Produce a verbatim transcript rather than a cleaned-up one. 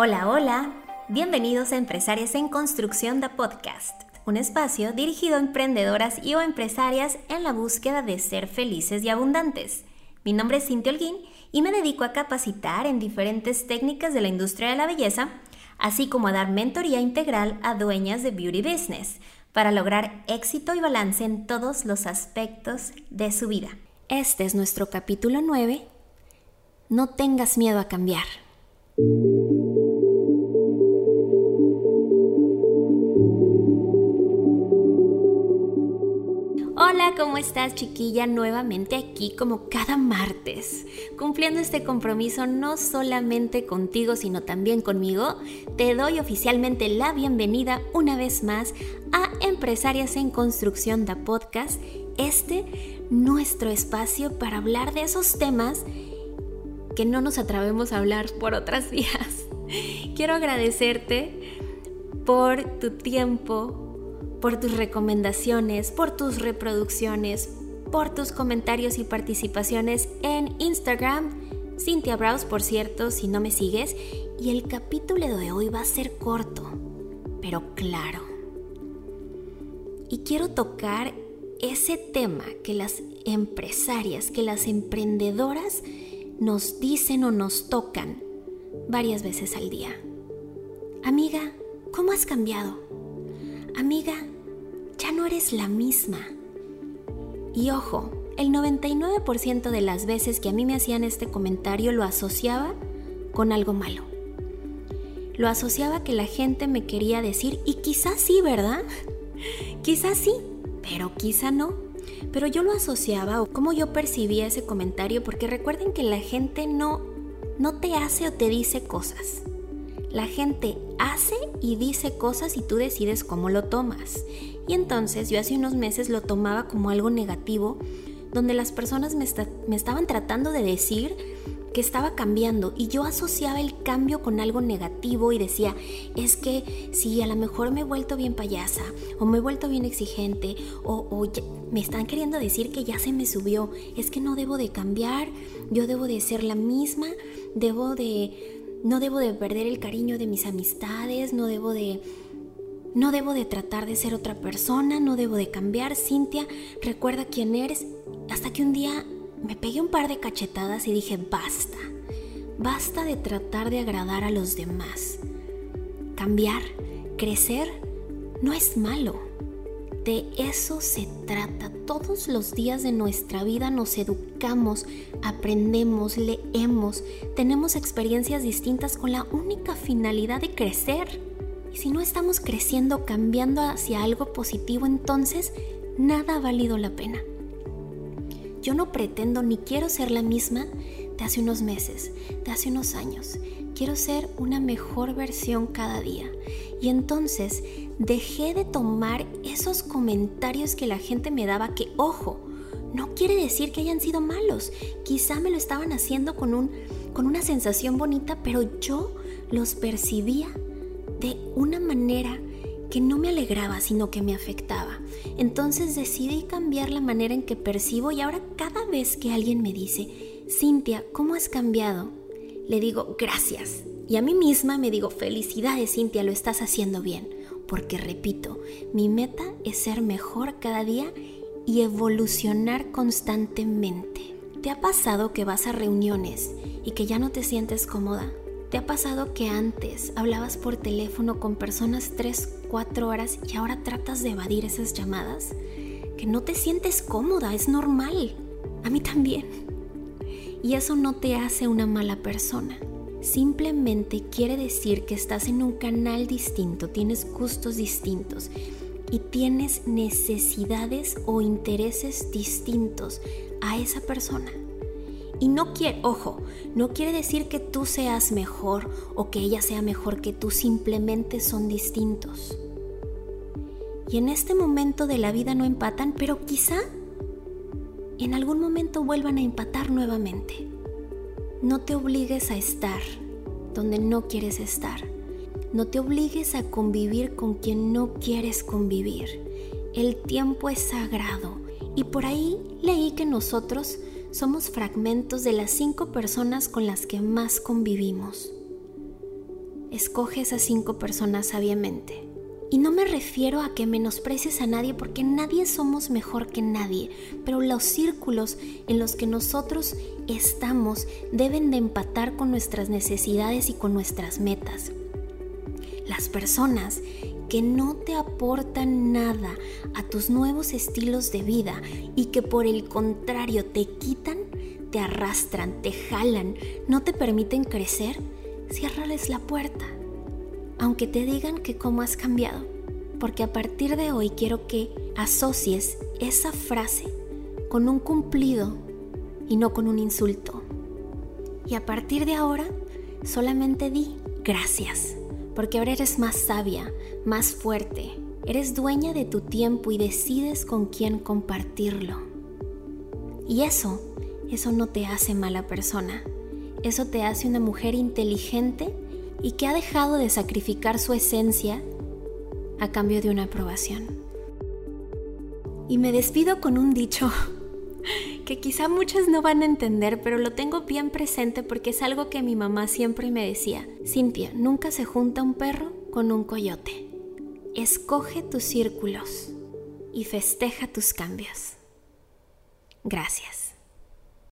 Hola, hola. Bienvenidos a Empresarias en Construcción de Podcast, un espacio dirigido a emprendedoras y o empresarias en la búsqueda de ser felices y abundantes. Mi nombre es Cintia Holguín y me dedico a capacitar en diferentes técnicas de la industria de la belleza, así como a dar mentoría integral a dueñas de beauty business para lograr éxito y balance en todos los aspectos de su vida. Este es nuestro capítulo nueve. No tengas miedo a cambiar. Hola, ¿cómo estás, chiquilla? Nuevamente aquí como cada martes, cumpliendo este compromiso no solamente contigo, sino también conmigo. Te doy oficialmente la bienvenida una vez más a Empresarias en Construcción de Podcast, este nuestro espacio para hablar de esos temas que no nos atrevemos a hablar por otras vías. Quiero agradecerte por tu tiempo, por tus recomendaciones, por tus reproducciones, por tus comentarios y participaciones en Instagram, Cintia Braus, por cierto, si no me sigues. Y el capítulo de hoy va a ser corto, pero claro. Y quiero tocar ese tema que las empresarias, que las emprendedoras nos dicen o nos tocan varias veces al día. Amiga, ¿cómo has cambiado? Amiga, ya no eres la misma. Y ojo, el noventa y nueve por ciento de las veces que a mí me hacían este comentario lo asociaba con algo malo. Lo asociaba que la gente me quería decir, y quizás sí, ¿verdad? Quizás sí, pero quizá no. Pero yo lo asociaba, o cómo yo percibía ese comentario, porque recuerden que la gente no, no te hace o te dice cosas. La gente hace y dice cosas y tú decides cómo lo tomas. Y entonces yo hace unos meses lo tomaba como algo negativo, donde las personas me, esta- me estaban tratando de decir que estaba cambiando y yo asociaba el cambio con algo negativo y decía, es que si a lo mejor me he vuelto bien payasa o me he vuelto bien exigente o, o ya, me están queriendo decir que ya se me subió, es que no debo de cambiar, yo debo de ser la misma, debo de... No debo de perder el cariño de mis amistades, no debo de, no debo de tratar de ser otra persona, no debo de cambiar. Cintia, recuerda quién eres. Hasta que un día me pegué un par de cachetadas y dije, basta, basta de tratar de agradar a los demás. Cambiar, crecer, no es malo. De eso se trata. Todos los días de nuestra vida nos educamos, aprendemos, leemos, tenemos experiencias distintas con la única finalidad de crecer. Y si no estamos creciendo, cambiando hacia algo positivo, entonces nada ha valido la pena. Yo no pretendo ni quiero ser la misma de hace unos meses, de hace unos años. Quiero ser una mejor versión cada día. Y entonces dejé de tomar esos comentarios que la gente me daba, que, ojo, no quiere decir que hayan sido malos. Quizá me lo estaban haciendo con, un, con una sensación bonita, pero yo los percibía de una manera que no me alegraba, sino que me afectaba. Entonces decidí cambiar la manera en que percibo y ahora cada vez que alguien me dice, Cintia, ¿cómo has cambiado?, le digo, gracias. Y a mí misma me digo, felicidades, Cintia, lo estás haciendo bien. Porque repito, mi meta es ser mejor cada día y evolucionar constantemente. ¿Te ha pasado que vas a reuniones y que ya no te sientes cómoda? ¿Te ha pasado que antes hablabas por teléfono con personas tres, cuatro horas y ahora tratas de evadir esas llamadas? Que no te sientes cómoda, es normal. A mí también. Y eso no te hace una mala persona. Simplemente quiere decir que estás en un canal distinto, tienes gustos distintos y tienes necesidades o intereses distintos a esa persona. Y no quiere, ojo, no quiere decir que tú seas mejor o que ella sea mejor que tú, simplemente son distintos. Y en este momento de la vida no empatan, pero quizá en algún momento vuelvan a empatar nuevamente. No te obligues a estar donde no quieres estar. No te obligues a convivir con quien no quieres convivir. El tiempo es sagrado. Y por ahí leí que nosotros somos fragmentos de las cinco personas con las que más convivimos. escoge esas cinco personas sabiamente. Y no me refiero a que menosprecies a nadie, porque nadie somos mejor que nadie, pero los círculos en los que nosotros estamos deben de empatar con nuestras necesidades y con nuestras metas. Las personas que no te aportan nada a tus nuevos estilos de vida y que por el contrario te quitan, te arrastran, te jalan, no te permiten crecer, ciérrales la puerta. Aunque te digan que cómo has cambiado, porque a partir de hoy quiero que asocies esa frase con un cumplido y no con un insulto. Y a partir de ahora, solamente di gracias, porque ahora eres más sabia, más fuerte, eres dueña de tu tiempo y decides con quién compartirlo. Y eso, eso no te hace mala persona, eso te hace una mujer inteligente y que ha dejado de sacrificar su esencia a cambio de una aprobación. Y me despido con un dicho que quizá muchas no van a entender, pero lo tengo bien presente porque es algo que mi mamá siempre me decía. Cintia, nunca se junta un perro con un coyote. Escoge tus círculos y festeja tus cambios. Gracias.